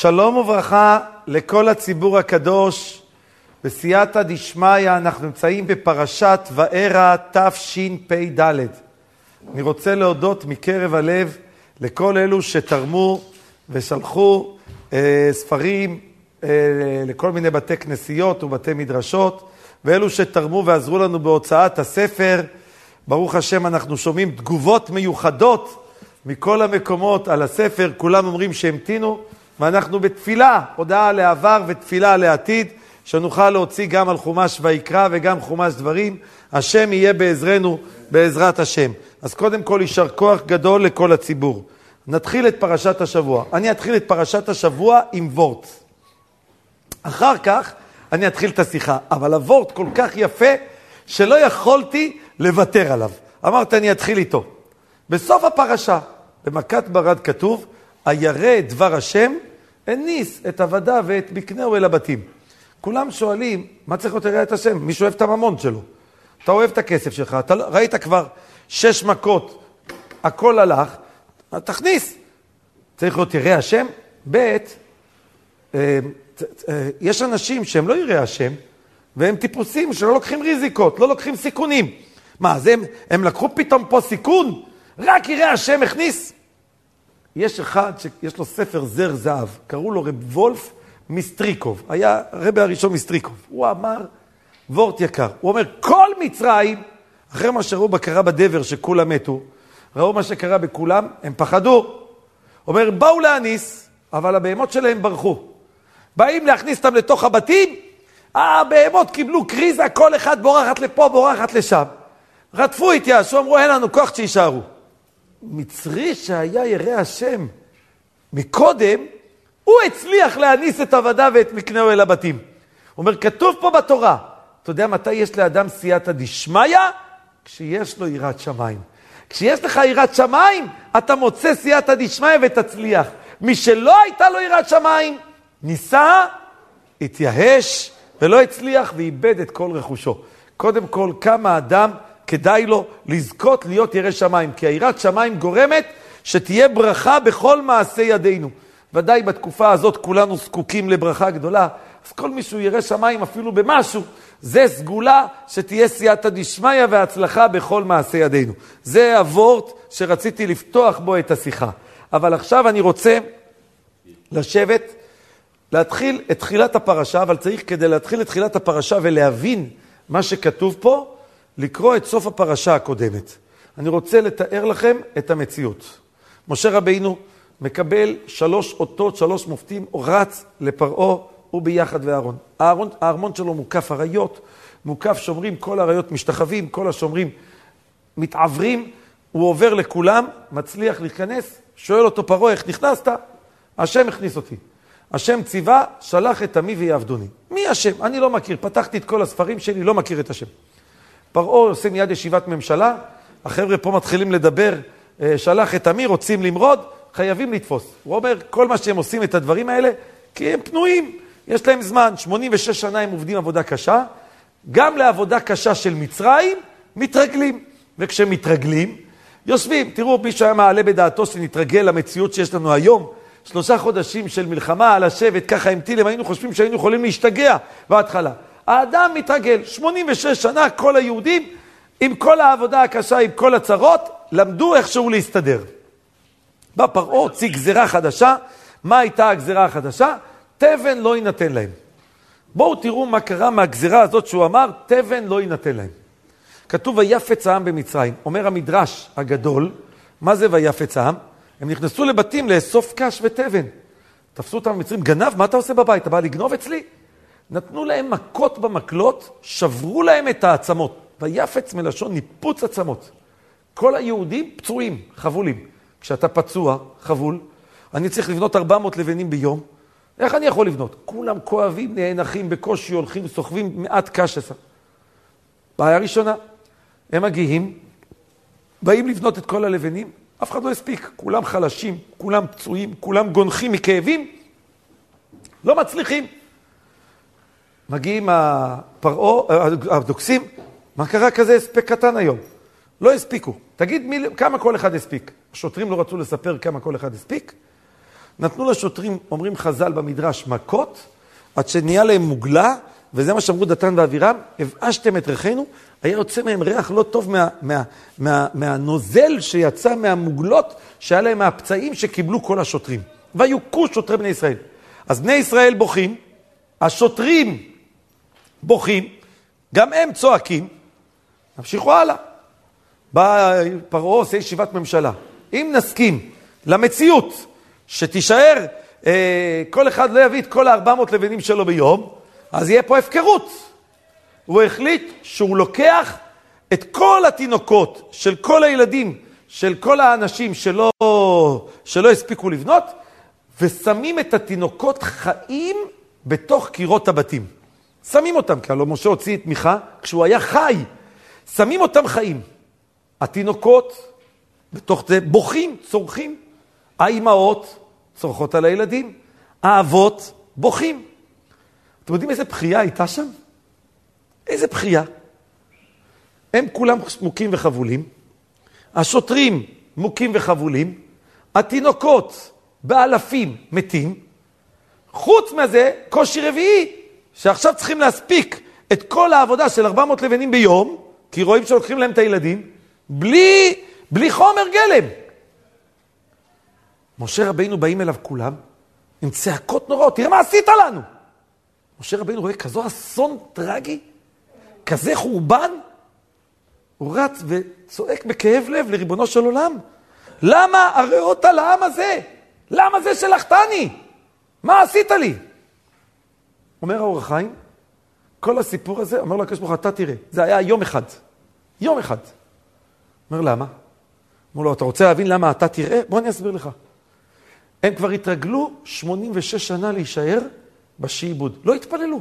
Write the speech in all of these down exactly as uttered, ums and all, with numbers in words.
שלום וברכה לכל הציבור הקדוש. בסייעתא דשמיא אנחנו נמצאים בפרשת וארא תשפ"ד. אני רוצה להודות מקרב הלב לכל אלו שתרמו ושלחו אה, ספרים אה, לכל מיני בתי כנסיות ובתי מדרשות, ואלו שתרמו ועזרו לנו בהוצאת הספר. ברוך השם אנחנו שומעים תגובות מיוחדות מכל המקומות על הספר, כולם אומרים שהמתינו, ואנחנו בתפילה, הודעה לעבר ותפילה לעתיד, שנוכל להוציא גם על חומש ויקרא וגם חומש דברים. השם יהיה בעזרנו, בעזרת השם. אז קודם כל יישר כוח גדול לכל הציבור. נתחיל את פרשת השבוע. אני אתחיל את פרשת השבוע עם וורט. אחר כך אני אתחיל את השיחה, אבל הוורט כל כך יפה שלא יכולתי לוותר עליו. אמרת אני אתחיל איתו. בסוף הפרשה, במכת ברד כתוב, הירא את דבר השם, הניס את עבדה ואת מקנהו אל הבתים. כולם שואלים, מה צריך להיות ירא את השם? מישהו אוהב את הממון שלו. אתה אוהב את הכסף שלך, אתה ראית כבר שש מכות, הכל הלך, תכניס. צריך להיות ירא השם. ב' יש אנשים שהם לא ירא השם, והם טיפוסים שלא לוקחים ריזיקות, לא לוקחים סיכונים. מה, אז הם, הם לקחו פתאום פה סיכון? רק ירא השם הכניס? יש אחד שיש לו ספר זר זהב, קראו לו רב וולף מסטריקוב, היה רבי הראשון מסטריקוב. הוא אמר, וורט יקר, הוא אומר, כל מצרים, אחרי מה שראו בקרה בדבר שכולם מתו, ראו מה שקרה בכולם, הם פחדו. הוא אומר, באו להניס, אבל הבהמות שלהם ברחו. באים להכניס אותם לתוך הבתים, הבהמות קיבלו קריזה, כל אחד בורחת לפה, בורחת לשם. רדפו התייאשו, אמרו, אין לנו כוח שישארו. מצרי שהיה ירא השם מקודם, הוא הצליח להניס את עבדה ואת מקנהו אל הבתים. הוא אומר, כתוב פה בתורה, אתה יודע מתי יש לאדם סייעתא דשמיא? כשיש לו יראת שמיים. כשיש לך יראת שמיים, אתה מוצא סייעתא דשמיא ותצליח. מי שלא הייתה לו יראת שמיים, ניסה, התייאש ולא הצליח ואיבד את כל רכושו. קודם כל, כמה אדם כדאי לו לזכות להיות ירא שמיים, כי היראת שמיים גורמת שתהיה ברכה בכל מעשה ידינו. ודאי בתקופה הזאת כולנו זקוקים לברכה גדולה, אז כל מישהו ירא שמיים אפילו במשהו, זה סגולה שתהיה סייעתא דשמיא והצלחה בכל מעשה ידינו. זה הוורט שרציתי לפתוח בו את השיחה. אבל עכשיו אני רוצה לשבת, להתחיל את תחילת הפרשה, אבל צריך כדי להתחיל את תחילת הפרשה ולהבין מה שכתוב פה, לקרוא את סוף הפרשה הקודמת. אני רוצה לתאר לכם את המציאות. משה רבינו מקבל שלוש אותות, שלוש מופתים, הוא רץ לפרעה וביחד ואהרון. הארון, הארמון שלו מוקף אריות, מוקף שומרים, כל האריות משתחווים, כל השומרים מתעברים, הוא עובר לכולם, מצליח להיכנס, שואל אותו פרעה, איך נכנסת? השם הכניס אותי. השם ציווה, שלח את עמי ויעבדוני. מי השם? אני לא מכיר, פתחתי את כל הספרים שלי, לא מכיר את השם. פרעה עושה מיד ישיבת ממשלה, החבר'ה פה מתחילים לדבר, שלח את עמי, רוצים למרוד, חייבים לתפוס. הוא אומר, כל מה שהם עושים את הדברים האלה, כי הם פנויים, יש להם זמן, שמונים ושש שנה הם עובדים עבודה קשה, גם לעבודה קשה של מצרים, מתרגלים. וכשמתרגלים, יושבים, תראו, מישהו היה מעלה בדעתו שנתרגל למציאות שיש לנו היום, שלושה חודשים של מלחמה על השבט, ככה המתילים, היינו חושבים שהיינו יכולים להשתגע בהתחלה. האדם מתרגל, שמונים ושש שנה, כל היהודים, עם כל העבודה הקשה, עם כל הצרות, למדו איכשהו להסתדר. בא פרעה, הוציא גזירה חדשה. מה הייתה הגזירה החדשה? תבן לא יינתן להם. בואו תראו מה קרה מהגזירה הזאת שהוא אמר, תבן לא יינתן להם. כתוב ויפץ העם במצרים. אומר המדרש הגדול, מה זה ויפץ העם? הם נכנסו לבתים לאסוף קש ותבן. תפסו אותם במצרים, גנב, מה אתה עושה בבית? אתה בא לגנוב אצלי? נתנו להם מכות במקלות, שברו להם את העצמות. ויפץ מלשון ניפוץ עצמות. כל היהודים פצועים, חבולים. כשאתה פצוע, חבול, אני צריך לבנות ארבע מאות לבנים ביום. איך אני יכול לבנות? כולם כואבים, נאנחים, בקושי הולכים, סוחבים מעט קש עשה. בעיה ראשונה, הם מגיעים, באים לבנות את כל הלבנים, אף אחד לא הספיק. כולם חלשים, כולם פצועים, כולם גונחים מכאבים, לא מצליחים. מגיעים הפרעה, הדוקסים, מה קרה כזה הספק קטן היום? לא הספיקו. תגיד מי, כמה כל אחד הספיק. השוטרים לא רצו לספר כמה כל אחד הספיק. נתנו לשוטרים, אומרים חז"ל במדרש, מכות, עד שנהיה להם מוגלה, וזה מה שאמרו דתן ואבירם, הבאשתם את ריחנו, היה יוצא מהם ריח לא טוב מה, מה, מה, מהנוזל שיצא מהמוגלות, שהיה להם מהפצעים שקיבלו כל השוטרים. ויוכו שוטרי בני ישראל. אז בני ישראל בוכים, השוטרים בוכים, גם הם צועקים, נמשיכו הלאה. בא פרעה עושה ישיבת ממשלה. אם נסכים למציאות שתישאר, אה, כל אחד לא יביא את כל ה-ארבע מאות לבנים שלו ביום, אז יהיה פה הפקרות. הוא החליט שהוא לוקח את כל התינוקות של כל הילדים, של כל האנשים שלא, שלא הספיקו לבנות, ושמים את התינוקות חיים בתוך קירות הבתים. שמים אותם, כי הלוא משה הוציא את מיכה כשהוא היה חי. שמים אותם חיים. התינוקות בתוך זה בוכים, צורכים. האימהות צורכות על הילדים. האבות בוכים. אתם יודעים איזה בחייה הייתה שם? איזה בחייה? הם כולם מוכים וחבולים. השוטרים מוכים וחבולים. התינוקות באלפים מתים. חוץ מזה, קושי רביעי, שעכשיו צריכים להספיק את כל העבודה של ארבע מאות לבנים ביום, כי רואים שלוקחים להם את הילדים, בלי, בלי חומר גלם. משה רבינו באים אליו כולם, עם צעקות נוראות, תראה מה עשית לנו. משה רבינו רואה כזו אסון טרגי, כזה חורבן, הוא רץ וצועק בכאב לב לריבונו של עולם. למה הראות על העם הזה? למה זה שלחתני? מה עשית לי? אומר האור החיים, כל הסיפור הזה, אומר לו הקדוש ברוך הוא, אתה תראה, זה היה יום אחד. יום אחד. אומר, למה? אומר לו, אתה רוצה להבין למה אתה תראה? בוא אני אסביר לך. הם כבר התרגלו שמונים ושש שנה להישאר בשעבוד. לא התפללו.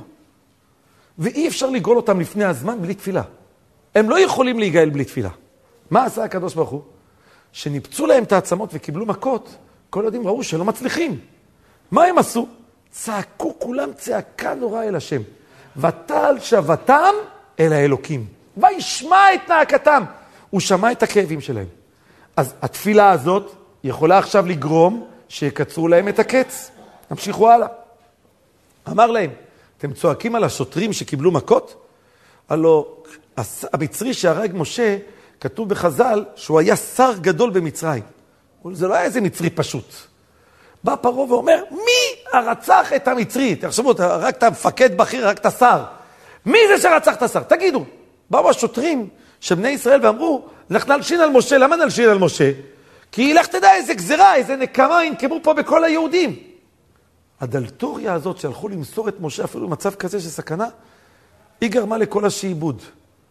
ואי אפשר לגאול אותם לפני הזמן בלי תפילה. הם לא יכולים להיגאל בלי תפילה. מה עשה הקדוש ברוך הוא? שניפצו להם את העצמות וקיבלו מכות, כל יודעים ראו שלא מצליחים. מה הם עשו? צעקו כולם צעקה נורא אל השם. ותעל שבתם אל האלוקים. וישמע את נאקתם. הוא שמע את הכאבים שלהם. אז התפילה הזאת יכולה עכשיו לגרום שיקצרו להם את הקץ. המשיכו הלאה. אמר להם, אתם צועקים על השוטרים שקיבלו מכות? הלא, המצרי שהרג משה, כתוב בחז"ל שהוא היה שר גדול במצרים. זה לא היה איזה מצרי פשוט. בא פרעה ואומר, מי הרצח את המצרי? תחשבו, רק את המפקד בכיר, רק את השר. מי זה שרצח את השר? תגידו. באו השוטרים של בני ישראל ואמרו, לך נלשין על משה. למה נלשין על משה? כי לך תדע איזה גזרה, איזה נקמה ינקמו פה בכל היהודים. הדלתוריה הזאת שהלכו למסור את משה אפילו במצב כזה של סכנה, היא גרמה לכל השעבוד.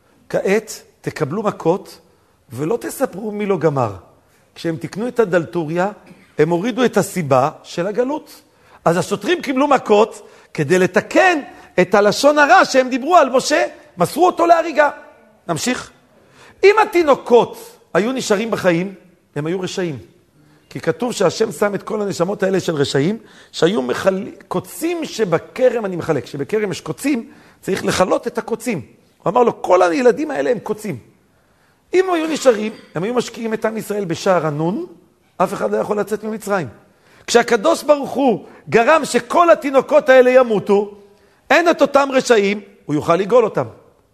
כעת תקבלו מכות ולא תספרו מי לא גמר. כשהם תקנו את הדלתוריה, הם הורידו את הסיבה של הגלות. אז השוטרים קיבלו מכות כדי לתקן את הלשון הרע שהם דיברו על משה, מסרו אותו להריגה. נמשיך. אם התינוקות היו נשארים בחיים, הם היו רשעים. כי כתוב שהשם שם את כל הנשמות האלה של רשעים, שהיו מחל... קוצים שבקרם אני מחלק. שבקרם יש קוצים, צריך לחלות את הקוצים. הוא אמר לו, כל הילדים האלה הם קוצים. אם הם היו נשארים, הם היו משקיעים את עם ישראל בשער הנון, אף אחד לא יכול לצאת ממצרים. כשהקדוש ברוך הוא גרם שכל התינוקות האלה ימותו, אין את אותם רשעים, הוא יוכל לגאול אותם.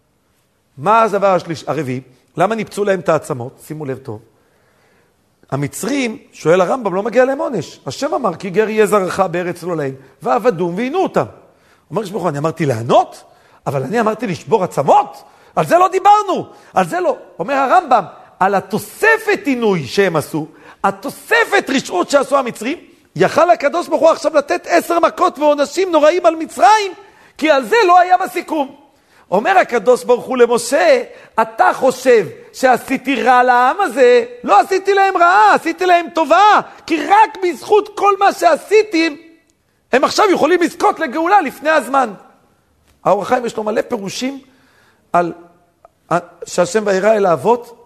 מה הדבר השליש, הרביעי? למה ניפצו להם את העצמות? שימו לב טוב. המצרים, שואל הרמב"ם, לא מגיע להם עונש. השם אמר, כי גר יהיה זרעך בארץ לא להם, ועבדום ועינו אותם. אומר שברוך הוא, אני אמרתי לענות, אבל אני אמרתי לשבור עצמות? על זה לא דיברנו, על זה לא. אומר הרמב"ם, על התוספת עינוי שהם עשו, התוספת רשעות שעשו המצרים, יכל הקדוש ברוך הוא עכשיו לתת עשר מכות ועונשים נוראים על מצרים, כי על זה לא היה בסיכום. אומר הקדוש ברוך הוא למשה, אתה חושב שעשיתי רע לעם הזה? לא עשיתי להם רעה, עשיתי להם טובה, כי רק בזכות כל מה שעשיתי, הם עכשיו יכולים לזכות לגאולה לפני הזמן. האור החיים יש לו מלא פירושים על שהשם בהירא אל האבות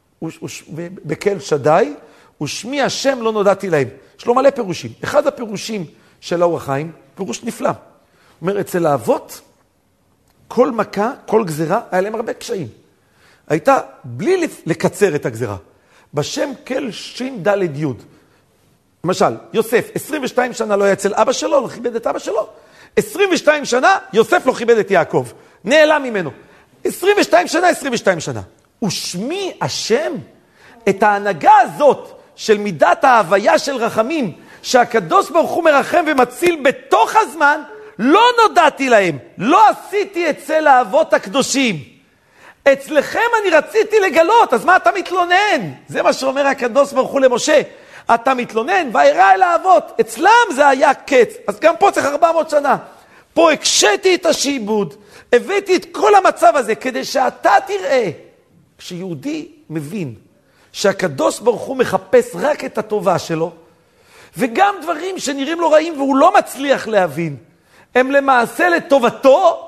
בקל שדי, ושמי השם לא נודעתי להם. יש לו מלא פירושים. אחד הפירושים של האור החיים, פירוש נפלא. הוא אומר, אצל האבות, כל מכה, כל גזרה, היה להם הרבה קשיים. הייתה בלי לקצר את הגזרה. בשם כל שין דלת יוד. למשל, יוסף, עשרים ושתיים שנה לא היה אצל אבא שלו, לא כיבד את אבא שלו. עשרים ושתיים שנה, יוסף לא כיבד את יעקב. נעלם ממנו. עשרים ושתיים שנה, עשרים ושתיים שנה. ושמי השם, את ההנהגה הזאת של מידת ההוויה של רחמים, שהקדוש ברוך הוא מרחם ומציל בתוך הזמן, לא נודעתי להם, לא עשיתי אצל האבות הקדושים. אצלכם אני רציתי לגלות, אז מה אתה מתלונן? זה מה שאומר הקדוש ברוך הוא למשה. אתה מתלונן, וירא אל האבות. אצלם זה היה קץ. אז גם פה צריך ארבע מאות שנה. פה הקשיתי את השיבוד, הבאתי את כל המצב הזה, כדי שאתה תראה, כשיהודי מבין שהקדוש ברוך הוא מחפש רק את הטובה שלו, וגם דברים שנראים לו רעים והוא לא מצליח להבין, הם למעשה לטובתו,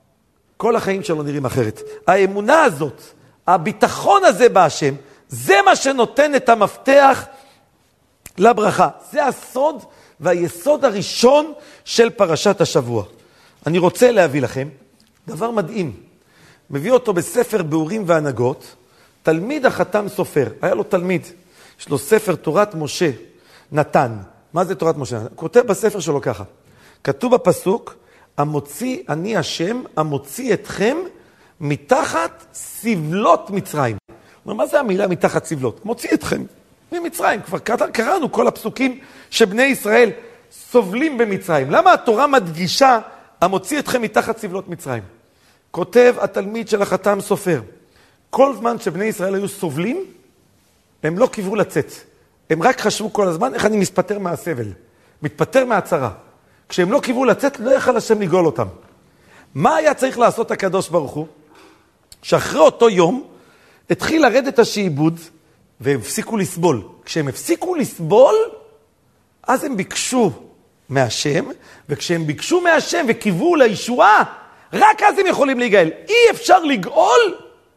כל החיים שלו נראים אחרת. האמונה הזאת, הביטחון הזה בהשם, זה מה שנותן את המפתח לברכה. זה הסוד והיסוד הראשון של פרשת השבוע. אני רוצה להביא לכם דבר מדהים. מביא אותו בספר ביאורים והנהגות, תלמיד החתם סופר. היה לו תלמיד, יש לו ספר תורת משה נתן. מה זה תורת משה נתן? הוא כותב בספר שלו ככה. כתוב בפסוק, המוציא אני השם, המוציא אתכם מתחת סבלות מצרים. מה זה המילה מתחת סבלות? מוציא אתכם ממצרים. כבר קראנו כל הפסוקים שבני ישראל סובלים במצרים. למה התורה מדגישה המוציא אתכם מתחת סבלות מצרים? כותב התלמיד של החתם סופר, כל זמן שבני ישראל היו סובלים, הם לא קיוו לצאת. הם רק חשבו כל הזמן איך אני מספטר מהסבל, מתפטר מהצרה. כשהם לא קיוו לצאת, לא יכל השם לגאול אותם. מה היה צריך לעשות הקדוש ברוך הוא? שאחרי אותו יום, התחיל לרדת השעבוד, והפסיקו לסבול. כשהם הפסיקו לסבול, אז הם ביקשו מהשם, וכשהם ביקשו מהשם וקיוו לישועה, רק אז הם יכולים להיגאל. אי אפשר לגאול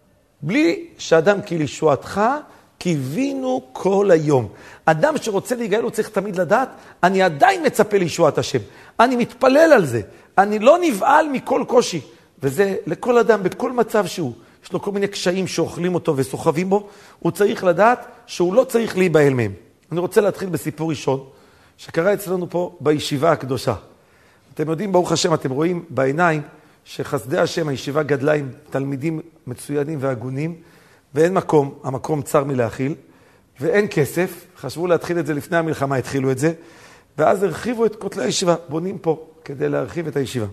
בלי שאדם כי לישועתך קיווינו כל היום. אדם שרוצה להיגאל הוא צריך תמיד לדעת, אני עדיין מצפה לישועת השם. אני מתפלל על זה. אני לא נבעל מכל קושי. וזה לכל אדם, בכל מצב שהוא, יש לו כל מיני קשיים שאוכלים אותו וסוחבים בו, הוא צריך לדעת שהוא לא צריך להיבהל מהם. אני רוצה להתחיל בסיפור ראשון, שקרה אצלנו פה בישיבה הקדושה. אתם יודעים, ברוך השם, אתם רואים בעיניים, שחסדי השם, הישיבה גדלה עם תלמידים מצוינים והגונים, ואין מקום, המקום צר מלהכיל, ואין כסף, חשבו להתחיל את זה לפני המלחמה, התחילו את זה, ואז הרחיבו את כותלי הישיבה, בונים פה כדי להרחיב את הישיבה.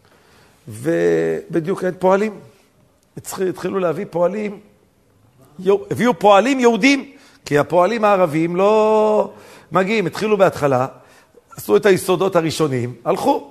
ובדיוק אין פועלים, התחילו להביא פועלים, הביאו פועלים יהודים, כי הפועלים הערבים לא מגיעים, התחילו בהתחלה, עשו את היסודות הראשונים, הלכו.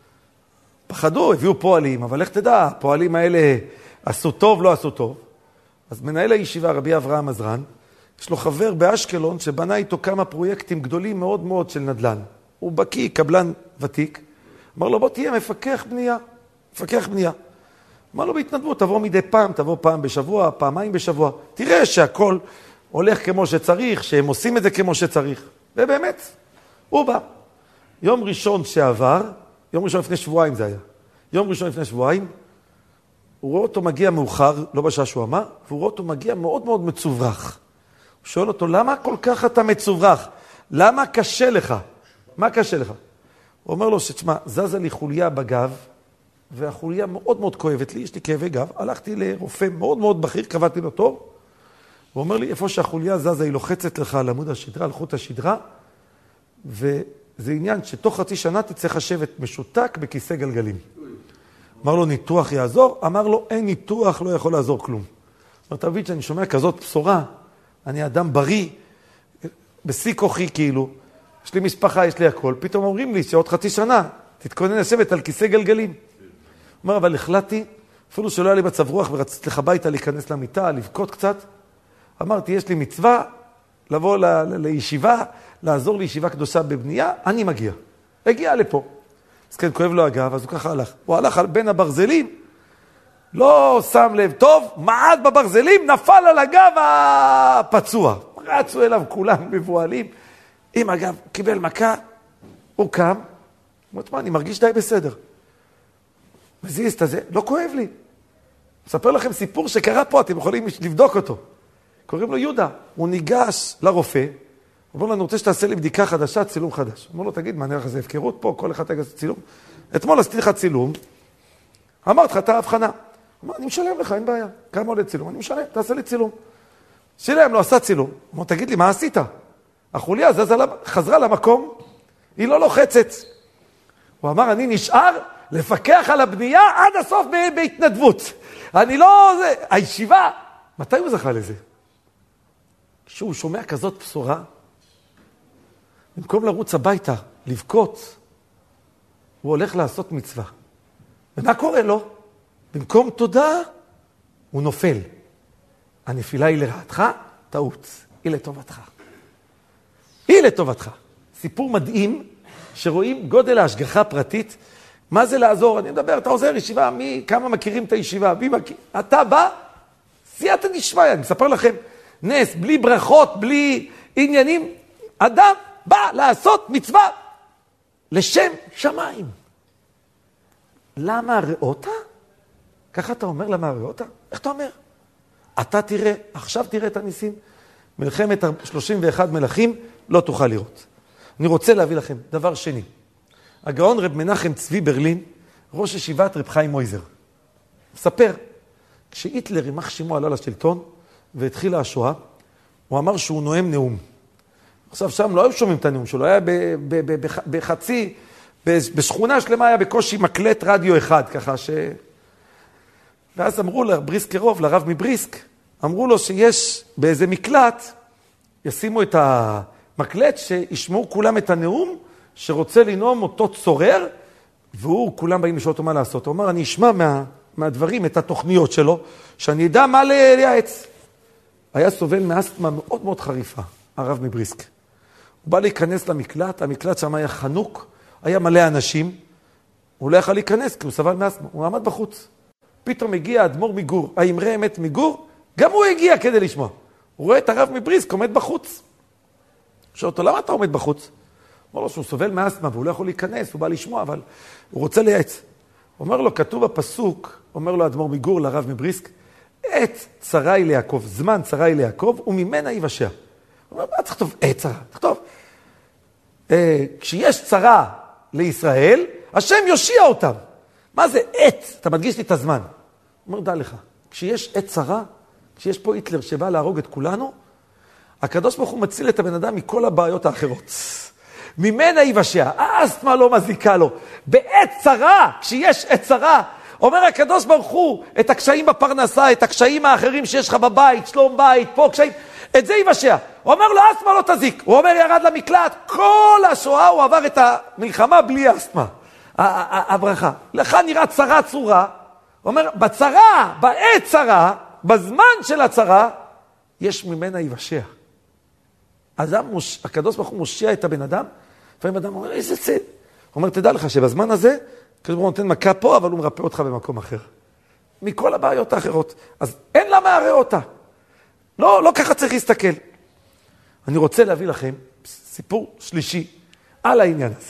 פחדו, הביאו פועלים, אבל איך תדע, הפועלים האלה עשו טוב, לא עשו טוב. אז מנהל הישיבה, רבי אברהם עזרן, יש לו חבר באשקלון שבנה איתו כמה פרויקטים גדולים מאוד מאוד של נדל"ן. הוא בקי, קבלן ותיק. אמר לו, בוא תהיה מפקח בנייה, מפקח בנייה. אמר לו, בהתנדבות, תבוא מדי פעם, תבוא פעם בשבוע, פעמיים בשבוע. תראה שהכל הולך כמו שצריך, שהם עושים את זה כמו שצריך. ובאמת, הוא בא. יום ראשון שעבר, יום ראשון לפני שבועיים זה היה. יום ראשון לפני שבועיים, הוא רואה אותו מגיע מאוחר, לא בשעה שהוא אמר, והוא רואה אותו מגיע מאוד מאוד מצוברח. הוא שואל אותו, למה כל כך אתה מצוברח? למה קשה לך? מה קשה לך? הוא אומר לו, שתשמע, זזה לי חוליה בגב, והחוליה מאוד מאוד כואבת לי, יש לי כאבי גב, הלכתי לרופא מאוד מאוד בכיר, קבעתי לו תור, הוא אומר לי, איפה שהחוליה זזה, היא לוחצת לך על עמוד השדרה, על חוט השדרה, וזה עניין שתוך חצי שנה תצטרך לשבת משותק בכיסא גלגלים. אמר לו, ניתוח יעזור? אמר לו, אין ניתוח, לא יכול לעזור כלום. אמר, תבין שאני שומע כזאת בשורה, אני אדם בריא, בשיא כוחי כאילו, יש לי משפחה, יש לי הכל, פתאום אומרים לי שעוד חצי שנה, תתכונן לשבת על כיסא גלגלים. הוא אומר, אבל החלטתי, אפילו שלא היה לי מצב רוח ורציתי לך ביתה להיכנס למיטה, לבכות קצת, אמרתי, יש לי מצווה לבוא ל- ל- לישיבה, לעזור לישיבה קדושה בבנייה, אני מגיע. הגיע לפה. אז כן, כואב לו הגב, אז הוא ככה הלך. הוא הלך בין הברזלים, לא שם לב טוב, מעד בברזלים, נפל על הגב הפצוע. רצו אליו כולם מבועלים. עם הגב, קיבל מכה, הוא קם, הוא אומר, מה, אני מרגיש די בסדר. מזיז את הזה, לא כואב לי. אספר לכם סיפור שקרה פה, אתם יכולים לבדוק אותו. קוראים לו יהודה, הוא ניגש לרופא, אומר לו, אני רוצה שתעשה לי בדיקה חדשה, צילום חדש. אומר לו, תגיד, מה נראה לך, זה הפקרות פה, כל אחד תגע צילום. אתמול עשיתי לך צילום, אמרת לך, אתה הבחנה. אמר, אני משלם לך, אין בעיה. כמה עולה צילום? אני משלם, תעשה לי צילום. שילם, לא עשה צילום. אמר, תגיד לי, מה עשית? החוליה זזה, חזרה למקום, היא לא לוחצת. הוא אמר, אני נשאר לפקח על הבנייה עד הסוף בהתנדבות. אני לא... זה... הישיבה, מתי הוא זכה לזה? כשהוא שומע כזאת בשורה, במקום לרוץ הביתה, לבכות, הוא הולך לעשות מצווה. ומה קורה לו? במקום תודה, הוא נופל. הנפילה היא לרעתך, טעות. היא לטובתך. היא לטובתך. סיפור מדהים, שרואים גודל ההשגחה הפרטית. מה זה לעזור? אני מדבר, אתה עוזר ישיבה, מי, כמה מכירים את הישיבה? מי מכיר? אתה בא, סייעתא דשמיא, אני מספר לכם, נס, בלי ברכות, בלי עניינים, אדם בא לעשות מצווה לשם שמיים. למה הראותה? ככה אתה אומר למה הראותה? איך אתה אומר? אתה תראה, עכשיו תראה את הניסים. מלחמת שלושים ואחד מלכים לא תוכל לראות. אני רוצה להביא לכם דבר שני. הגאון רב מנחם צבי ברלין, ראש ישיבת רב חיים מויזר, מספר, כשהיטלר יימח שמו עלה לשלטון והתחילה השואה, הוא אמר שהוא נואם נאום. עכשיו שם לא היו שומעים את הנאום שלו, היה בחצי, בשכונה שלמה היה בקושי מקלט רדיו אחד, ככה ש... ואז אמרו לבריסקרוב, לרב מבריסק, אמרו לו שיש באיזה מקלט, ישימו את המקלט שישמעו כולם את הנאום, שרוצה לנאום אותו צורר, והוא, כולם באים לשאול אותו מה לעשות. הוא אומר, אני אשמע מה, מהדברים, את התוכניות שלו, שאני אדע מה לייעץ. היה סובל מאסתמה מאוד מאוד חריפה, הרב מבריסק. הוא בא להיכנס למקלט, המקלט שם היה חנוק, היה מלא אנשים, הוא לא יכל להיכנס, כי הוא סבל מאסתמה, הוא עמד בחוץ. פתאום הגיע האדמו"ר מגור, האמרי אמת מגור, גם הוא הגיע כדי לשמוע. הוא רואה את הרב מבריסק עומד בחוץ. שואל אותו, למה אתה עומד בחוץ? הוא אומר לו שהוא סובל מאסתמה, והוא לא יכול להיכנס, הוא בא לשמוע, אבל הוא רוצה לייעץ. הוא אומר לו, כתוב בפסוק, אומר לו האדמו"ר מגור לרב מבריסק, עת צרה היא ליעקב, זמן צרה היא ליעקב, וממנה יבשע. הוא אומר, מה צריך לכתוב עת צרה? תכתוב. אה, כשיש צרה לישראל, השם יושיע אותם. מה זה עת? אתה מדגיש לי את הזמן. הוא אומר, דע לך, כשיש עת צרה, כשיש פה היטלר שבא להרוג את כולנו, הקדוש ברוך הוא מציל את הבן אדם מכל הבעיות האחרות. ממנה יבשע, האסתמה לא מזיקה לו. בעת צרה, כשיש עת צרה, אומר הקדוש ברוך הוא, את הקשיים בפרנסה, את הקשיים האחרים שיש לך בבית, שלום בית, פה קשיים, את זה יבשע. הוא אומר לו, האסתמה לא תזיק. הוא אומר, ירד למקלט, כל השואה הוא עבר את המלחמה בלי האסתמה. הברכה. לך נראה צרה צורה. הוא אומר, בצרה, בעת צרה, בזמן של הצרה, יש ממנה יבשע. אז הקדוש ברוך הוא מושיע את הבן אדם, לפעמים אדם אומר, איזה צד. הוא אומר, תדע לך שבזמן הזה, הקדוש ברוך הוא נותן מכה פה, אבל הוא מרפא אותך במקום אחר. מכל הבעיות האחרות. אז אין לה מערה אותה. לא, לא ככה צריך להסתכל. אני רוצה להביא לכם סיפור שלישי על העניין הזה.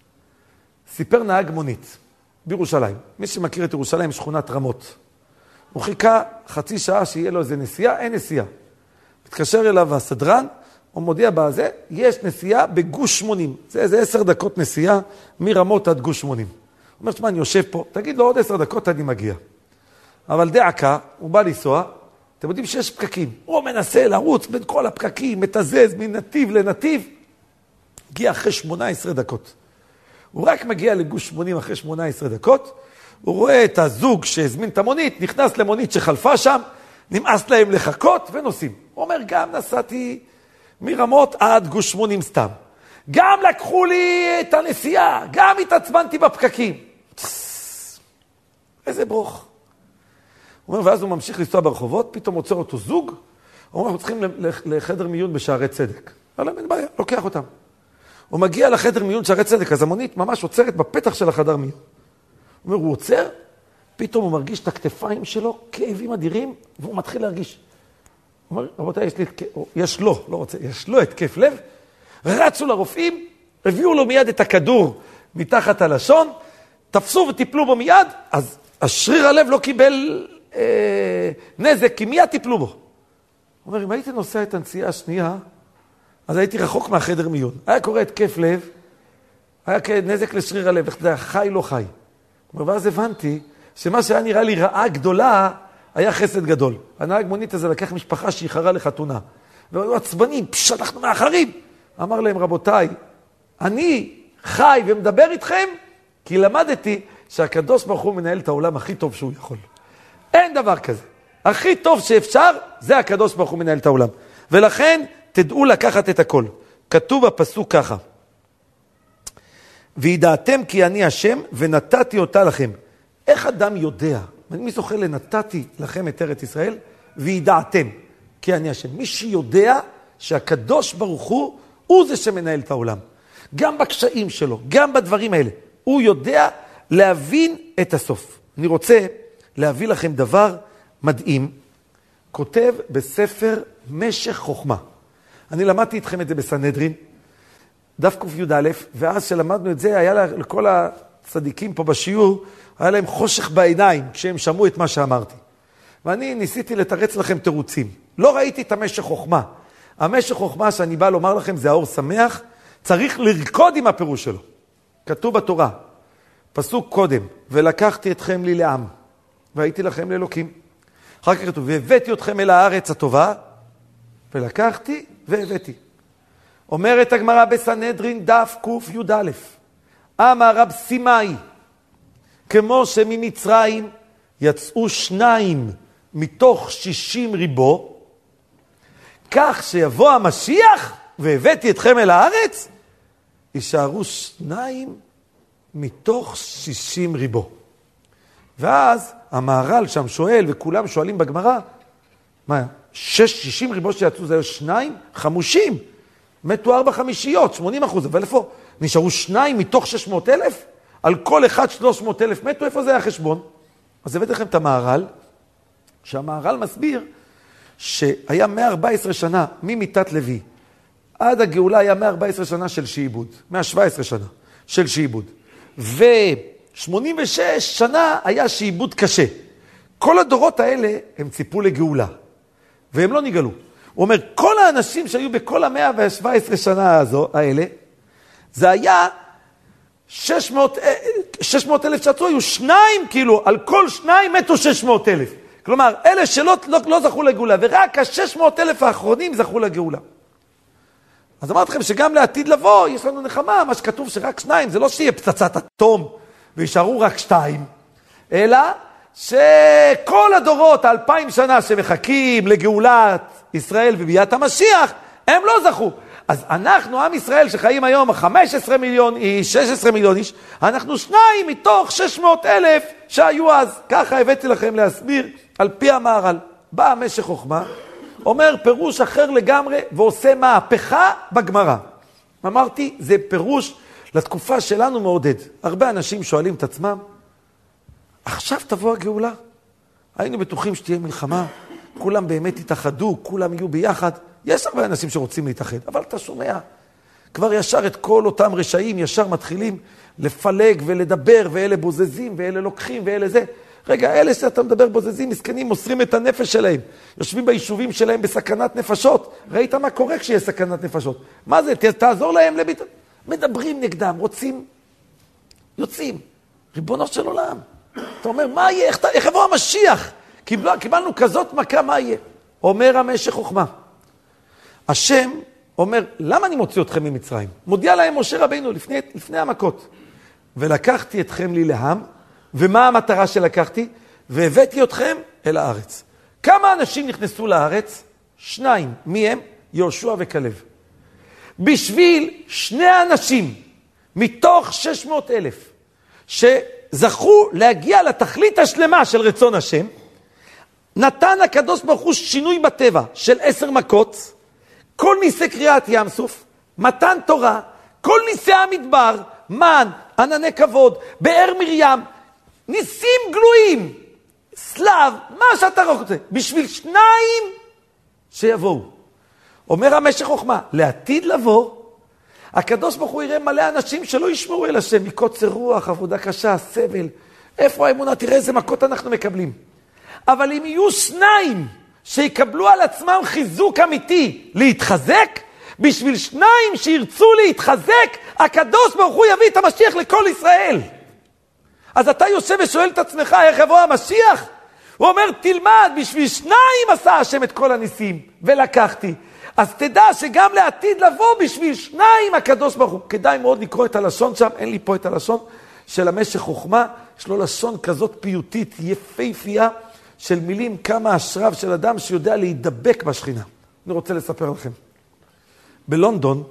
סיפר נהג מונית בירושלים. מי שמכיר את ירושלים, שכונת רמות. הוא חיכה חצי שעה שיהיה לו איזה נסיעה, אין נסיעה. מתקשר אליו הסדרן, הוא מודיע בזה, יש נסיעה בגוש שמונים. זה איזה עשר דקות נסיעה מרמות עד גוש שמונים. הוא אומר, שמה, אני יושב פה, תגיד לו עוד עשר דקות אני מגיע. אבל דעקה, הוא בא לנסוע, אתם יודעים שיש פקקים. הוא מנסה לרוץ בין כל הפקקים, מתזז מנתיב לנתיב, הגיע אחרי שמונה עשרה דקות. הוא רק מגיע לגוש שמונים אחרי שמונה עשרה דקות, הוא רואה את הזוג שהזמין את המונית, נכנס למונית שחלפה שם, נמאס להם לחכות ונוסעים. הוא אומר, גם נסעתי מרמות עד גוש שמונים סתם. גם לקחו לי את הנסיעה, גם התעצבנתי בפקקים. איזה ברוך. הוא אומר, ואז הוא ממשיך לנסוע ברחובות, פתאום עוצר אותו זוג, הוא אומר, אנחנו צריכים לחדר מיון בשערי צדק. אבל אין בעיה, לוקח אותם. הוא מגיע לחדר מיון שערי צדק, אז המונית ממש עוצרת בפתח של החדר מיון. הוא אומר, הוא עוצר, פתאום הוא מרגיש את הכתפיים שלו, כאבים אדירים, והוא מתחיל להרגיש. הוא אומר, רבותיי, יש, לי, יש לו, לא רוצה, יש לו התקף לב, רצו לרופאים, הביאו לו מיד את הכדור מתחת הלשון, תפסו וטיפלו בו מיד, אז השריר הלב לא קיבל אה, נזק, כי מיד טיפלו בו. הוא אומר, אם הייתי נוסע את הנסיעה השנייה, אז הייתי רחוק מהחדר מיון. היה קורה התקף לב, היה נזק לשריר הלב, איך אתה יודע, חי לא חי. ואז הבנתי שמה שהיה נראה לי רעה גדולה, היה חסד גדול. הנהג מונית הזה לקח משפחה שאיחרה לחתונה. והיו עצבנים, פש, אנחנו מאחרים. אמר להם, רבותיי, אני חי ומדבר איתכם, כי למדתי שהקדוש ברוך הוא מנהל את העולם הכי טוב שהוא יכול. אין דבר כזה. הכי טוב שאפשר, זה הקדוש ברוך הוא מנהל את העולם. ולכן תדעו לקחת את הכל. כתוב בפסוק ככה, וידעתם כי אני השם ונתתי אותה לכם. איך אדם יודע? מי זוכר לנתתי לכם את ארץ ישראל? וידעתם כי אני השם. מי שיודע שהקדוש ברוך הוא, הוא זה שמנהל את העולם. גם בקשיים שלו, גם בדברים האלה. הוא יודע להבין את הסוף. אני רוצה להביא לכם דבר מדהים. כותב בספר משך חוכמה. אני למדתי איתכם את זה בסנהדרין, דף ק"א, ואז שלמדנו את זה, היה לכל הצדיקים פה בשיעור, היה להם חושך בעיניים כשהם שמעו את מה שאמרתי. ואני ניסיתי לתרץ לכם תירוצים. לא ראיתי את המשך חוכמה. המשך חוכמה שאני בא לומר לכם זה האור שמח, צריך לרקוד עם הפירוש שלו. כתוב בתורה, פסוק קודם, ולקחתי אתכם לי לעם, והייתי לכם לאלוקים. אחר כך כתוב, והבאתי אתכם אל הארץ הטובה, ולקחתי והבאתי. אומרת הגמרא בסנהדרין דף ק"יא, אמר רב סימאי, כמו שממצרים יצאו שניים מתוך שישים ריבו, כך שיבוא המשיח והבאתי אתכם אל הארץ, יישארו שניים מתוך שישים ריבו. ואז המהר"ל שם שואל, וכולם שואלים בגמרא, מה, שש, שישים ריבו שיצאו זה היו שניים? חמושים. מתו ארבע חמישיות, שמונים אחוז. אבל איפה? נשארו שניים מתוך שש מאות אלף? על כל אחד שלוש מאות אלף מתו? איפה זה היה חשבון? אז הבאתי לכם את המהר"ל, שהמהר"ל מסביר שהיה מאה וארבע עשרה שנה ממיתת לוי. עד הגאולה היה מאה וארבע עשרה שנה של שעבוד. מאה שבע עשרה שנה של שעבוד. ו-שמונים ושש שנה היה שעבוד קשה. כל הדורות האלה הם ציפו לגאולה. והם לא נגאלו. הוא אומר, כל האנשים שהיו בכל המאה ושבע עשרה שנה הזו, האלה, זה היה שש מאות אלף שעצו, היו שניים, כאילו, על כל שניים מתו שש מאות אלף. כלומר, אלה שלא לא, לא זכו לגאולה, ורק ה-שש מאות אלף האחרונים זכו לגאולה. אז אמרתי לכם שגם לעתיד לבוא, יש לנו נחמה, מה שכתוב שרק שניים, זה לא שיהיה פצצת אטום, וישארו רק שתיים, אלא שכל הדורות, האלפיים שנה שמחכים לגאולת ישראל וביאת המשיח, הם לא זכו. אז אנחנו, עם ישראל שחיים היום, חמישה עשר מיליון איש, שש עשרה מיליון איש, אנחנו שניים מתוך שש מאות אלף שהיו אז. ככה הבאתי לכם להסביר על פי המהר"ל. בא משך חוכמה, אומר פירוש אחר לגמרי, ועושה מהפכה בגמרא. אמרתי, זה פירוש לתקופה שלנו מעודד. הרבה אנשים שואלים את עצמם, עכשיו תבוא הגאולה. היינו בטוחים שתהיה מלחמה, כולם באמת יתאחדו, כולם יהיו ביחד. יש הרבה אנשים שרוצים להתאחד, אבל אתה שומע, כבר ישר את כל אותם רשעים, ישר מתחילים לפלג ולדבר, ואלה בוזזים, ואלה לוקחים, ואלה זה. רגע, אלה שאתה מדבר בוזזים, מסכנים, מוסרים את הנפש שלהם. יושבים ביישובים שלהם בסכנת נפשות. ראית מה קורה כשיהיה סכנת נפשות? מה זה? תעזור להם לביט... מדברים נגדם, רוצים, יוצאים. ריבונו של עולם. אתה אומר, מה יהיה? איך, איך יבוא המשיח? קיבל, קיבלנו כזאת מכה, מה יהיה? אומר המשך חוכמה. השם אומר, למה אני מוציא אתכם ממצרים? מודיע להם משה רבינו לפני, לפני המכות. ולקחתי אתכם לי לעם, ומה המטרה שלקחתי? והבאתי אתכם אל הארץ. כמה אנשים נכנסו לארץ? שניים. מי הם? יהושע וכלב. בשביל שני אנשים, מתוך שש מאות אלף, שזכו להגיע לתכלית השלמה של רצון השם, נתן הקדוש ברוך הוא שינוי בטבע של עשר מכות, כל ניסי קריאת ים סוף, מתן תורה, כל ניסי המדבר, מן, ענני כבוד, באר מרים, ניסים גלויים, סלב, מה שאתה רוצה, בשביל שניים שיבואו. אומר המשך חוכמה, לעתיד לבוא, הקדוש ברוך הוא יראה מלא אנשים שלא ישמעו אל השם, מקוצר רוח, עבודה קשה, סבל. איפה האמונה? תראה איזה מכות אנחנו מקבלים. אבל אם יהיו שניים שיקבלו על עצמם חיזוק אמיתי להתחזק, בשביל שניים שירצו להתחזק, הקדוש ברוך הוא יביא את המשיח לכל ישראל. אז אתה יושב ושואל את עצמך, איך יבוא המשיח? הוא אומר, תלמד, בשביל שניים עשה השם את כל הניסים, ולקחתי. אז תדע שגם לעתיד לבוא בשביל שניים הקדוש ברוך הוא. כדאי מאוד לקרוא את הלשון שם, אין לי פה את הלשון של המשך חוכמה, יש לו לשון כזאת פיוטית, יפהפייה, של מילים כמה אשריו של אדם שיודע להידבק בשכינה. אני רוצה לספר לכם. בלונדון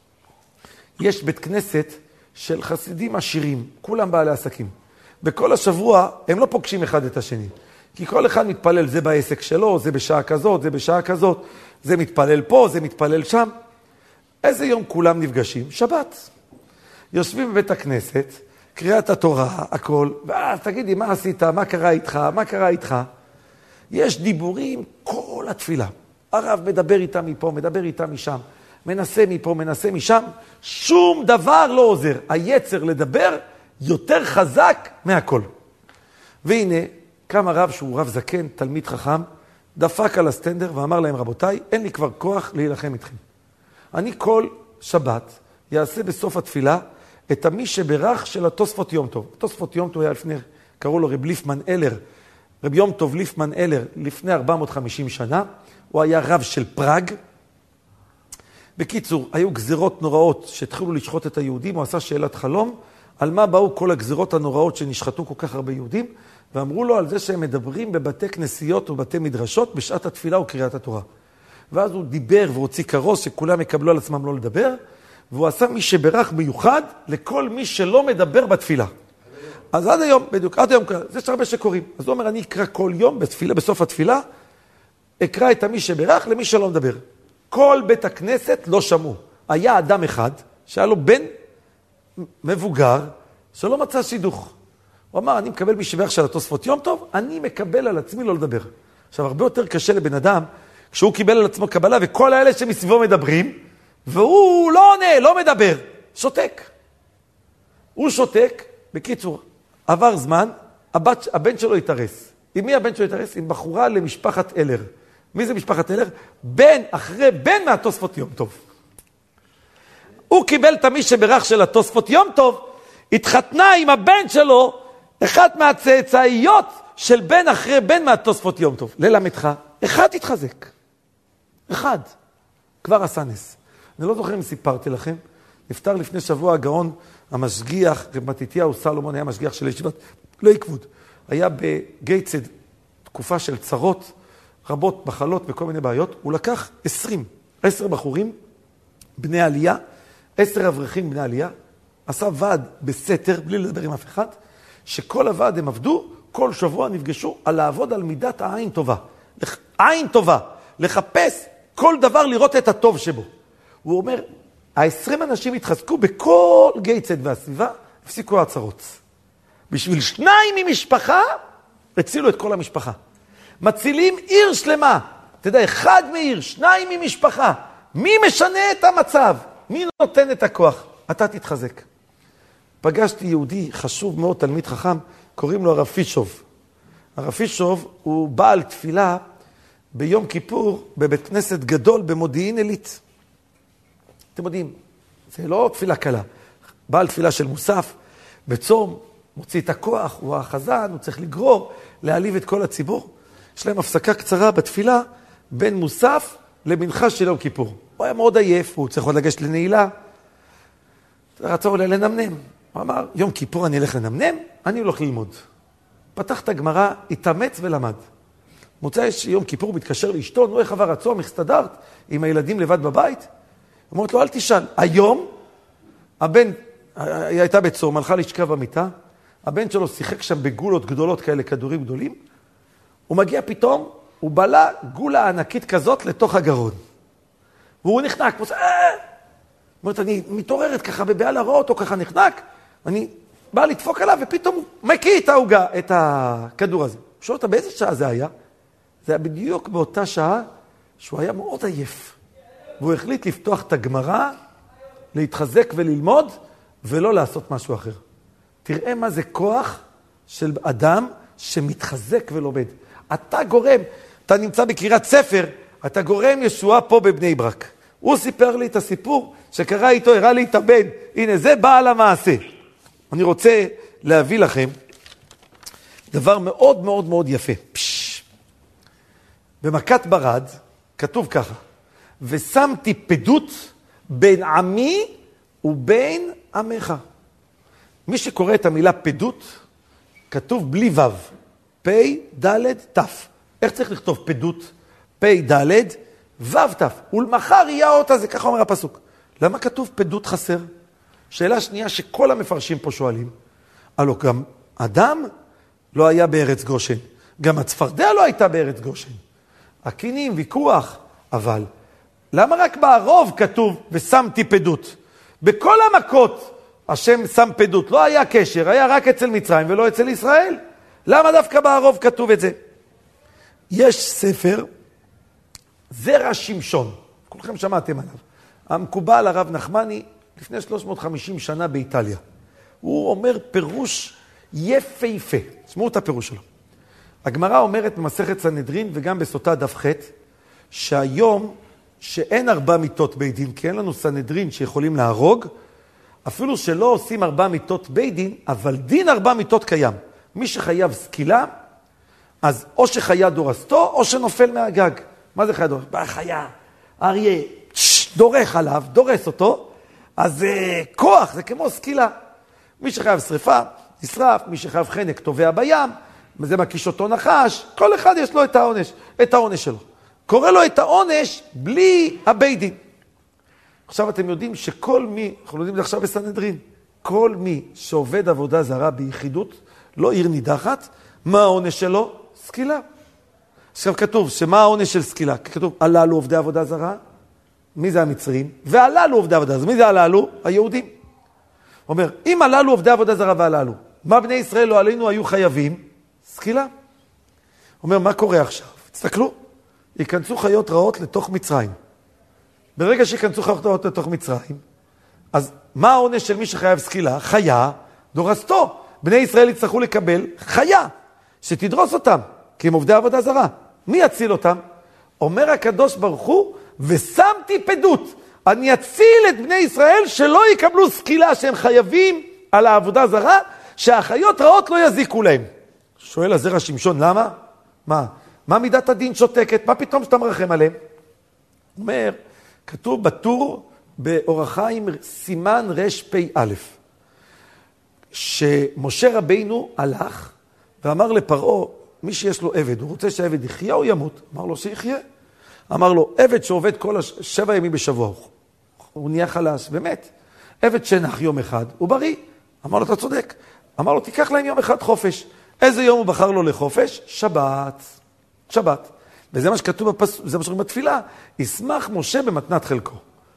יש בית כנסת של חסידים עשירים, כולם בעלי עסקים. בכל השבוע הם לא פוגשים אחד את השני. כי כל אחד מתפלל, זה בעסק שלו, זה בשעה כזאת, זה בשעה כזאת, זה מתפלל פה, זה מתפלל שם. איזה יום כולם נפגשים? שבת. יושבים בבית הכנסת, קריאת התורה, הכל, ואז תגידי, מה עשית? מה קרה איתך? מה קרה איתך? יש דיבורים כל התפילה. הרב מדבר איתה מפה, מדבר איתה משם, מנסה מפה, מנסה משם, שום דבר לא עוזר. היצר לדבר יותר חזק מהכל. והנה, קם הרב שהוא רב זקן, תלמיד חכם, דפק על הסטנדר ואמר להם, רבותיי, אין לי כבר כוח להילחם איתכם. אני כל שבת יעשה בסוף התפילה את המי שברך של התוספות יום טוב. התוספות יום טוב היה לפני, קראו לו רב ליפמן אלר, רב יום טוב ליפמן אלר, לפני ארבע מאות וחמישים שנה, הוא היה רב של פראג. בקיצור, היו גזירות נוראות שהתחילו לשחוט את היהודים, הוא עשה שאלת חלום, על מה באו כל הגזירות הנוראות שנשחטו כל כך הרבה יהודים, ואמרו לו על זה שהם מדברים בבתי כנסיות ובתי מדרשות בשעת התפילה וקריאת התורה. ואז הוא דיבר והוציא כרוס שכולם יקבלו על עצמם לא לדבר, והוא עשה מי שברך מיוחד לכל מי שלא מדבר בתפילה. אז עד היום, בדיוק, עד היום, זה שהרבה שקוראים. אז הוא אומר, אני אקרא כל יום בתפילה, בסוף התפילה, אקרא את המי שברך למי שלא מדבר. כל בית הכנסת לא שמעו. היה אדם אחד שהיה לו בן מבוגר שלא מצא שידוך. הוא אמר, אני מקבל מי שברך של התוספות יום טוב, אני מקבל על עצמי לא לדבר. עכשיו, הרבה יותר קשה לבן אדם, כשהוא קיבל על עצמו קבלה, וכל האלה שמסביבו מדברים, והוא לא עונה, לא מדבר, שותק. הוא שותק, בקיצור, עבר זמן, הבת, הבן שלו התארס. עם מי הבן שלו התארס? עם בחורה למשפחת אלר. מי זה משפחת אלר? בן אחרי בן מהתוספות יום טוב. הוא קיבל את מי שברך של התוספות יום טוב, התחתנה עם הבן שלו, אחת מהצאצאיות של בן אחרי בן מהתוספות יום טוב. ללמדך, אחד התחזק. אחד. כבר עשה נס. אני לא זוכר אם סיפרתי לכם, נפטר לפני שבוע הגאון המשגיח, רב מתתיהו סלומון, היה משגיח של ישיבת לא עקבוד. היה בגייטסד תקופה של צרות רבות, מחלות וכל מיני בעיות. הוא לקח עשרים, עשר בחורים, בני עלייה, עשר אברכים בני עלייה, עשה ועד בסתר, בלי לדבר עם אף אחד, שכל הוועד הם עבדו, כל שבוע נפגשו על לעבוד על מידת העין טובה. עין טובה, לחפש כל דבר, לראות את הטוב שבו. הוא אומר, העשרים אנשים התחזקו בכל גייטסד והסביבה, הפסיקו הצרות. בשביל שניים ממשפחה, הצילו את כל המשפחה. מצילים עיר שלמה. אתה יודע, אחד מעיר, שניים ממשפחה. מי משנה את המצב? מי נותן את הכוח? אתה תתחזק. פגשתי יהודי חשוב מאוד, תלמיד חכם, קוראים לו הרב פישוב. הרב פישוב הוא בעל תפילה ביום כיפור בבית כנסת גדול במודיעין עילית. אתם יודעים, זה לא תפילה קלה. בעל תפילה של מוסף, בצום, מוציא את הכוח, הוא החזן, הוא צריך לגרור, להעליב את כל הציבור. יש להם הפסקה קצרה בתפילה בין מוסף למנחה של יום כיפור. הוא היה מאוד עייף, הוא צריך עוד לגשת לנעילה. רצה אולי לנמנם. הוא אמר, יום כיפור אני אלך לנמנם, אני הולך ללמוד. פתח את הגמרא, התאמץ ולמד. מוצא שיום כיפור הוא מתקשר לאשתו, נו איך עבר הצום, איך הסתדרת עם הילדים לבד בבית? הוא אומרת לו, אל תשאל. היום, הבן, היא הייתה בצום, הלכה לשכב במיטה, הבן שלו שיחק שם בגולות גדולות כאלה, כדורים גדולים, הוא מגיע פתאום, הוא בלה גולה ענקית כזאת לתוך הגרון. והוא נחנק, הוא עושה, אה! אומרת, אני מתעוררת ככה בבעל הרעות, או ככה נחנק, אני בא לדפוק עליו, ופתאום הוא מקיא את ההוגה, את הכדור הזה. הוא שואל אותה, באיזה שעה זה היה? זה היה בדיוק באותה שעה שהוא היה מאוד עייף. והוא החליט לפתוח את הגמרא, להתחזק וללמוד, ולא לעשות משהו אחר. תראה מה זה כוח של אדם שמתחזק ולומד. אתה גורם, אתה נמצא בקריאת ספר, אתה גורם ישועה פה בבני ברק. הוא סיפר לי את הסיפור שקרה איתו, הראה לי את הבן. הנה, זה בעל המעשה. אני רוצה להביא לכם דבר מאוד מאוד מאוד יפה. פש. במכת ברד כתוב ככה, ושמתי פדות בין עמי ובין עמך. מי שקורא את המילה פדות, כתוב בלי וו, פי דלת תף. איך צריך לכתוב פדות? פי דלת וו תף. ולמחר יהיה האות הזה, ככה אומר הפסוק. למה כתוב פדות חסר? שאלה שנייה שכל המפרשים פה שואלים. הלא גם אדם לא היה בארץ גושן. גם הצפרדע לא הייתה בארץ גושן. הקינים, ויכוח, אבל למה רק בערוב כתוב ושמתי פדות? בכל המכות השם שם פדות, לא היה קשר, היה רק אצל מצרים ולא אצל ישראל. למה דווקא בערוב כתוב את זה? יש ספר, זרע שמשון, כולכם שמעתם עליו. המקובל הרב נחמני לפני שלוש מאות וחמישים שנה באיטליה. הוא אומר פירוש יפהפה. תשמעו את הפירוש שלו. הגמרא אומרת במסכת סנהדרין וגם בסוטה דף ח' שהיום שאין ארבע מיתות בית דין, כי אין לנו סנהדרין שיכולים להרוג, אפילו שלא עושים ארבע מיתות בית דין, אבל דין ארבע מיתות קיים. מי שחייב סקילה, אז או שחיה דורסתו, או שנופל מהגג. מה זה חיה דורסתו? בא חיה, אריה, דורך עליו, דורס אותו, אז זה כוח, זה כמו סקילה. מי שחייב שריפה, נשרף, מי שחייב חנק, טובע בים, וזה מקיש אותו נחש, כל אחד יש לו את העונש, את העונש שלו. קורא לו את העונש בלי הבית דין. עכשיו אתם יודעים שכל מי, אנחנו יודעים עכשיו בסנהדרין, כל מי שעובד עבודה זרה ביחידות, לא עיר נידחת, מה העונש שלו? סקילה. עכשיו כתוב, שמה העונש של סקילה? כתוב, הללו עובדי עבודה זרה, מי זה המצרים? והללו עובדי עבודה זרה, מי זה הללו? היהודים. אומר, אם הללו עובדי עבודה זרה והללו, מה בני ישראל לא עלינו היו חייבים? סקילה. אומר, מה קורה עכשיו? תסתכלו, ייכנסו חיות רעות לתוך מצרים. ברגע שיכנסו חיות רעות לתוך מצרים, אז מה העונש של מי שחייב סקילה? חיה, דורסתו. בני ישראל יצטרכו לקבל חיה, שתדרוס אותם, כי הם עובדי עבודה זרה. מי יציל אותם? אומר הקדוש ברוך הוא, ושמתי פדות. אני אציל את בני ישראל שלא יקבלו סקילה שהם חייבים על העבודה זרה, שהחיות רעות לא יזיקו להם. שואל הזרע שמשון, למה? מה? מה מידת הדין שותקת? מה פתאום שאתה מרחם עליהם? אומר, כתוב בטור באורח חיים סימן רש פי א', שמשה רבינו הלך ואמר לפרעה, מי שיש לו עבד, הוא רוצה שהעבד יחיה או ימות? אמר לו שיחיה. אמר לו, עבד שעובד כל השבע ימים בשבוע, הוא נהיה חלש, באמת. עבד שנח יום אחד, הוא בריא. אמר לו, אתה צודק. אמר לו, תיקח להם יום אחד חופש. איזה יום הוא בחר לו לחופש? שבת. שבת. וזה מה שכתוב בפס... זה מה שקוראים בתפילה. ישמח משה במתנת חלקו.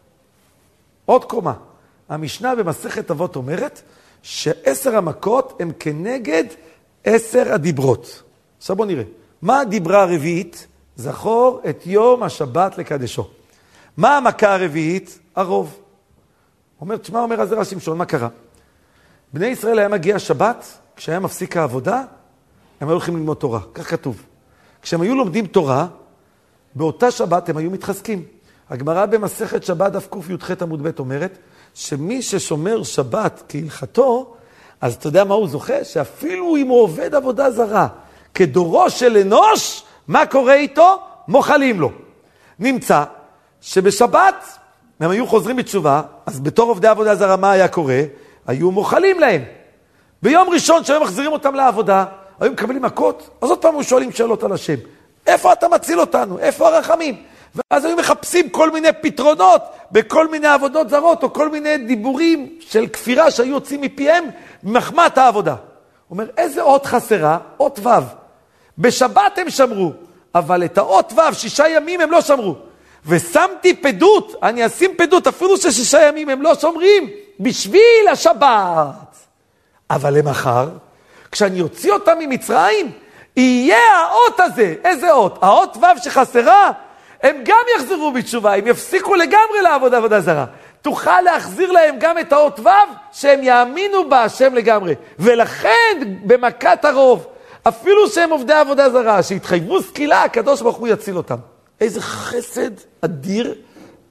עוד קומה. המשנה במסכת אבות אומרת, שעשר המכות הם כנגד עשר הדיברות. עכשיו בוא נראה. מה הדיברה הרביעית? זכור את יום השבת לקדשו. מה המכה הרביעית? הרוב. אומר, תשמע, אומר הזרע שמשון, מה קרה? בני ישראל היה מגיע שבת, כשהיה מפסיק העבודה, הם היו הולכים ללמוד תורה. כך כתוב. כשהם היו לומדים תורה, באותה שבת הם היו מתחזקים. הגמרא במסכת שבת דף קי"ח עמוד ב' אומרת, שמי ששומר שבת כהלכתו, אז אתה יודע מה הוא זוכה? שאפילו אם הוא עובד עבודה זרה, כדורו של אנוש, מה קורה איתו? מוחלים לו. נמצא שבשבת הם היו חוזרים בתשובה, אז בתור עובדי עבודה זרה מה היה קורה? היו מוחלים להם. ביום ראשון שהיו מחזירים אותם לעבודה, היו מקבלים מכות, אז עוד פעם היו שואלים שאלות על השם. איפה אתה מציל אותנו? איפה הרחמים? ואז היו מחפשים כל מיני פתרונות, בכל מיני עבודות זרות, או כל מיני דיבורים של כפירה שהיו יוצאים מפיהם, מחמת העבודה. הוא אומר, איזה אות חסרה? אות ו'. בשבת הם שמרו, אבל את האות ו', שישה ימים הם לא שמרו. ושמתי פדות, אני אשים פדות, אפילו ששישה ימים הם לא שומרים, בשביל השבת. אבל למחר, כשאני אוציא אותם ממצרים, יהיה האות הזה. איזה אות? האות ו' שחסרה, הם גם יחזרו בתשובה, הם יפסיקו לגמרי לעבוד עבודה זרה. תוכל להחזיר להם גם את האות ו' שהם יאמינו בה השם לגמרי. ולכן במכת הרוב, אפילו שהם עובדי עבודה זרה, שהתחייבו סקילה, הקדוש ברוך הוא יציל אותם. איזה חסד אדיר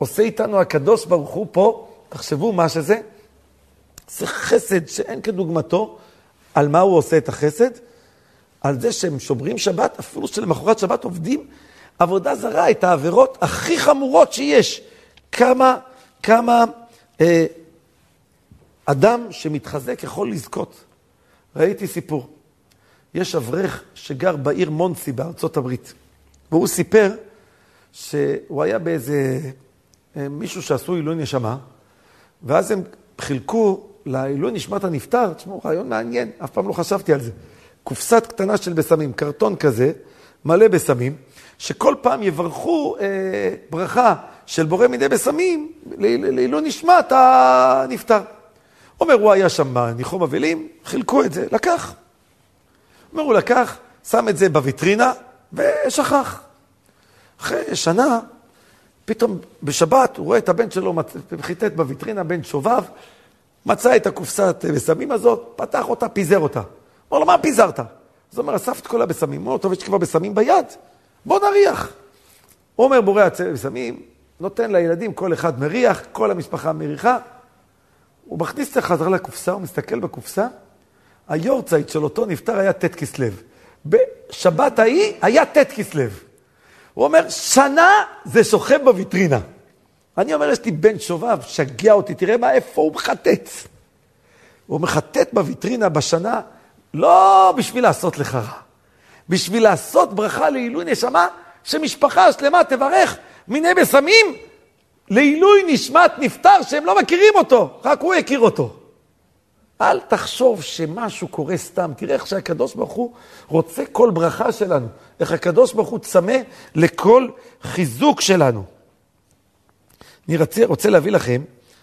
עושה איתנו הקדוש ברוך הוא פה, תחשבו מה שזה, זה חסד שאין כדוגמתו. על מה הוא עושה את החסד? על זה שהם שומרים שבת, אפילו שלמחרת שבת עובדים עבודה זרה, את העבירות הכי חמורות שיש. כמה, כמה אה, אדם שמתחזק יכול לזכות. ראיתי סיפור. יש אברך שגר בעיר מונסי בארצות הברית, והוא סיפר שהוא היה באיזה מישהו שעשו עילוי נשמה, ואז הם חילקו לעילוי נשמת הנפטר, תשמעו, רעיון מעניין, אף פעם לא חשבתי על זה. קופסת קטנה של בסמים, קרטון כזה, מלא בסמים, שכל פעם יברכו אה, ברכה של בורא מיני בסמים, לעילוי נשמת הנפטר. אומר, הוא היה שם בניחום אבלים, חילקו את זה, לקח. אומר, הוא לקח, שם את זה בוויטרינה, ושכח. אחרי שנה, פתאום בשבת, הוא רואה את הבן שלו, חיטט בוויטרינה, בן שובב, מצא את הקופסת בסמים הזאת, פתח אותה, פיזר אותה. אומר לו, מה פיזרת? אז הוא אומר, אספת כל הבסמים. הוא אומר, טוב, יש כבר בסמים ביד, בוא נריח. הוא אומר, בורא בסמים, נותן לילדים, כל אחד מריח, כל המשפחה מריחה. הוא מכניס את החזרה לקופסה, הוא מסתכל בקופסה, היורצייט של אותו נפטר היה ת' כסלו. בשבת ההיא היה ת' כסלו. הוא אומר, שנה זה שוכב בוויטרינה. אני אומר, יש לי בן שובב, שגע אותי, תראה מה, איפה הוא מחטט. הוא מחטט בוויטרינה בשנה, לא בשביל לעשות לך רע, בשביל לעשות ברכה לעילוי נשמה, שמשפחה שלמה תברך מיני בסמים, לעילוי נשמת נפטר שהם לא מכירים אותו, רק הוא הכיר אותו. אל תחשוב שמשהו קורה סתם. תראה איך שהקדוש ברוך הוא רוצה כל ברכה שלנו. איך הקדוש ברוך הוא צמא לכל חיזוק שלנו. אני רוצה, רוצה להביא לכם,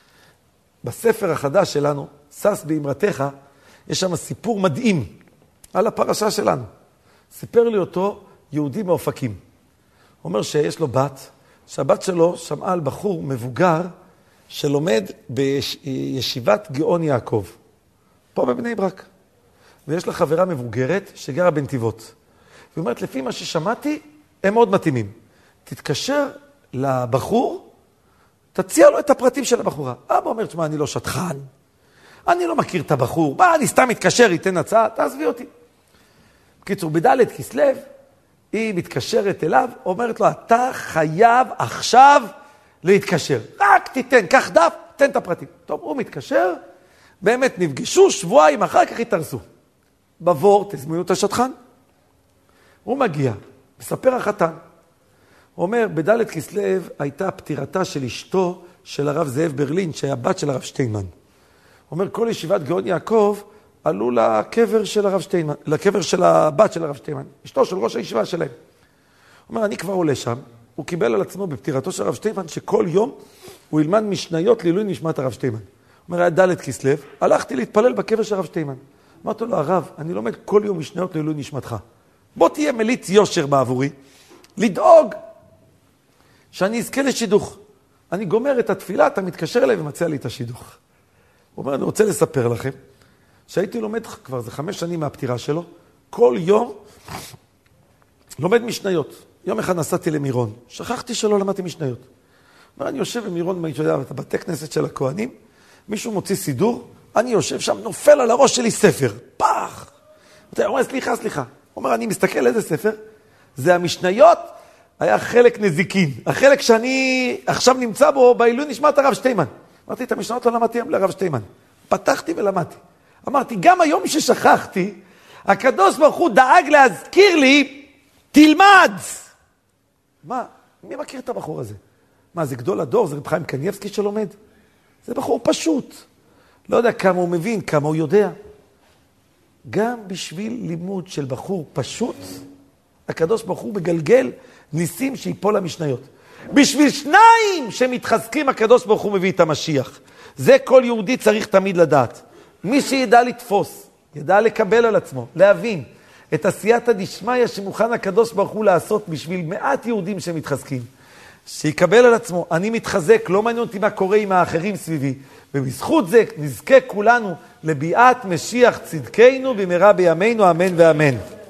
בספר החדש שלנו, סס באמרתך, יש שם סיפור מדהים על הפרשה שלנו. סיפר לי אותו יהודי מאופקים. הוא אומר שיש לו בת, שהבת שלו שמעה על בחור מבוגר שלומד בישיבת גאון יעקב. פה בבני ברק. ויש לה חברה מבוגרת שגרה בנתיבות. והיא אומרת, לפי מה ששמעתי, הם מאוד מתאימים. תתקשר לבחור, תציע לו את הפרטים של הבחורה. אבא אומר, תשמע, אני לא שטחן, אני לא מכיר את הבחור, מה, אני סתם מתקשר, ייתן הצעה, תעזבי אותי. בקיצור, בדלת כסלו, היא מתקשרת אליו, אומרת לו, אתה חייב עכשיו להתקשר. רק תיתן, קח דף, תן את הפרטים. טוב, הוא מתקשר, באמת נפגשו, שבועיים אחר כך התארסו. בבור, תזמינו את השטחן. הוא מגיע, מספר החתן. הוא אומר, בדלת כסלו הייתה פטירתה של אשתו של הרב זאב ברלין, שהיה בת של הרב שטיינמן. הוא אומר, כל ישיבת גאון יעקב עלו לקבר של הרב שטיינמן, לקבר של הבת של הרב שטיינמן, אשתו של ראש הישיבה שלהם. הוא אומר, אני כבר עולה שם, הוא קיבל על עצמו בפטירתו של הרב שטיינמן, שכל יום הוא ילמד משניות לעילוי נשמת הרב שטיינמן. הוא אומר, היה דלת כסלו, הלכתי להתפלל בקבר של הרב שטיינמן. אמרתי לו, הרב, אני לומד כל יום משניות לעילוי נשמתך. בוא תהיה מליץ יושר בעבורי, לדאוג שאני אזכה לשידוך. אני גומר את התפילה, אתה מתקשר אליי ומציע לי את השידוך. הוא אומר, אני רוצה לספר לכם, שהייתי לומד כבר, זה חמש שנים מהפטירה שלו, כל יום לומד משניות. יום אחד נסעתי למירון, שכחתי שלא למדתי משניות. אומר, אני יושב במירון, בבתי כנסת של הכהנים, מישהו מוציא סידור, אני יושב שם, נופל על הראש שלי ספר, פח! הוא אומר, סליחה, סליחה. הוא אומר, אני מסתכל איזה ספר, זה המשניות, היה חלק נזיקין. החלק שאני עכשיו נמצא בו, בעילוי נשמת הרב שטיינמן. אמרתי, את המשניות לא למדתי לרב שטיינמן. פתחתי ולמדתי. אמרתי, גם היום ששכחתי, הקדוש ברוך הוא דאג להזכיר לי, תלמד! מה? מי מכיר את הבחור הזה? מה, זה גדול הדור? זה רב חיים קניבסקי שלומד? זה בחור פשוט. לא יודע כמה הוא מבין, כמה הוא יודע. גם בשביל לימוד של בחור פשוט, הקדוש ברוך הוא מגלגל ניסים שיפול למשניות. בשביל שניים שמתחזקים, הקדוש ברוך הוא מביא את המשיח. זה כל יהודי צריך תמיד לדעת. מי שידע לתפוס, ידע לקבל על עצמו, להבין את עשיית הדשמיא שמוכן הקדוש ברוך הוא לעשות בשביל מעט יהודים שמתחזקים. שיקבל על עצמו, אני מתחזק, לא מעניין אותי מה קורה עם האחרים סביבי. ובזכות זה נזכה כולנו לביאת משיח צדקנו במהרה בימינו, אמן ואמן.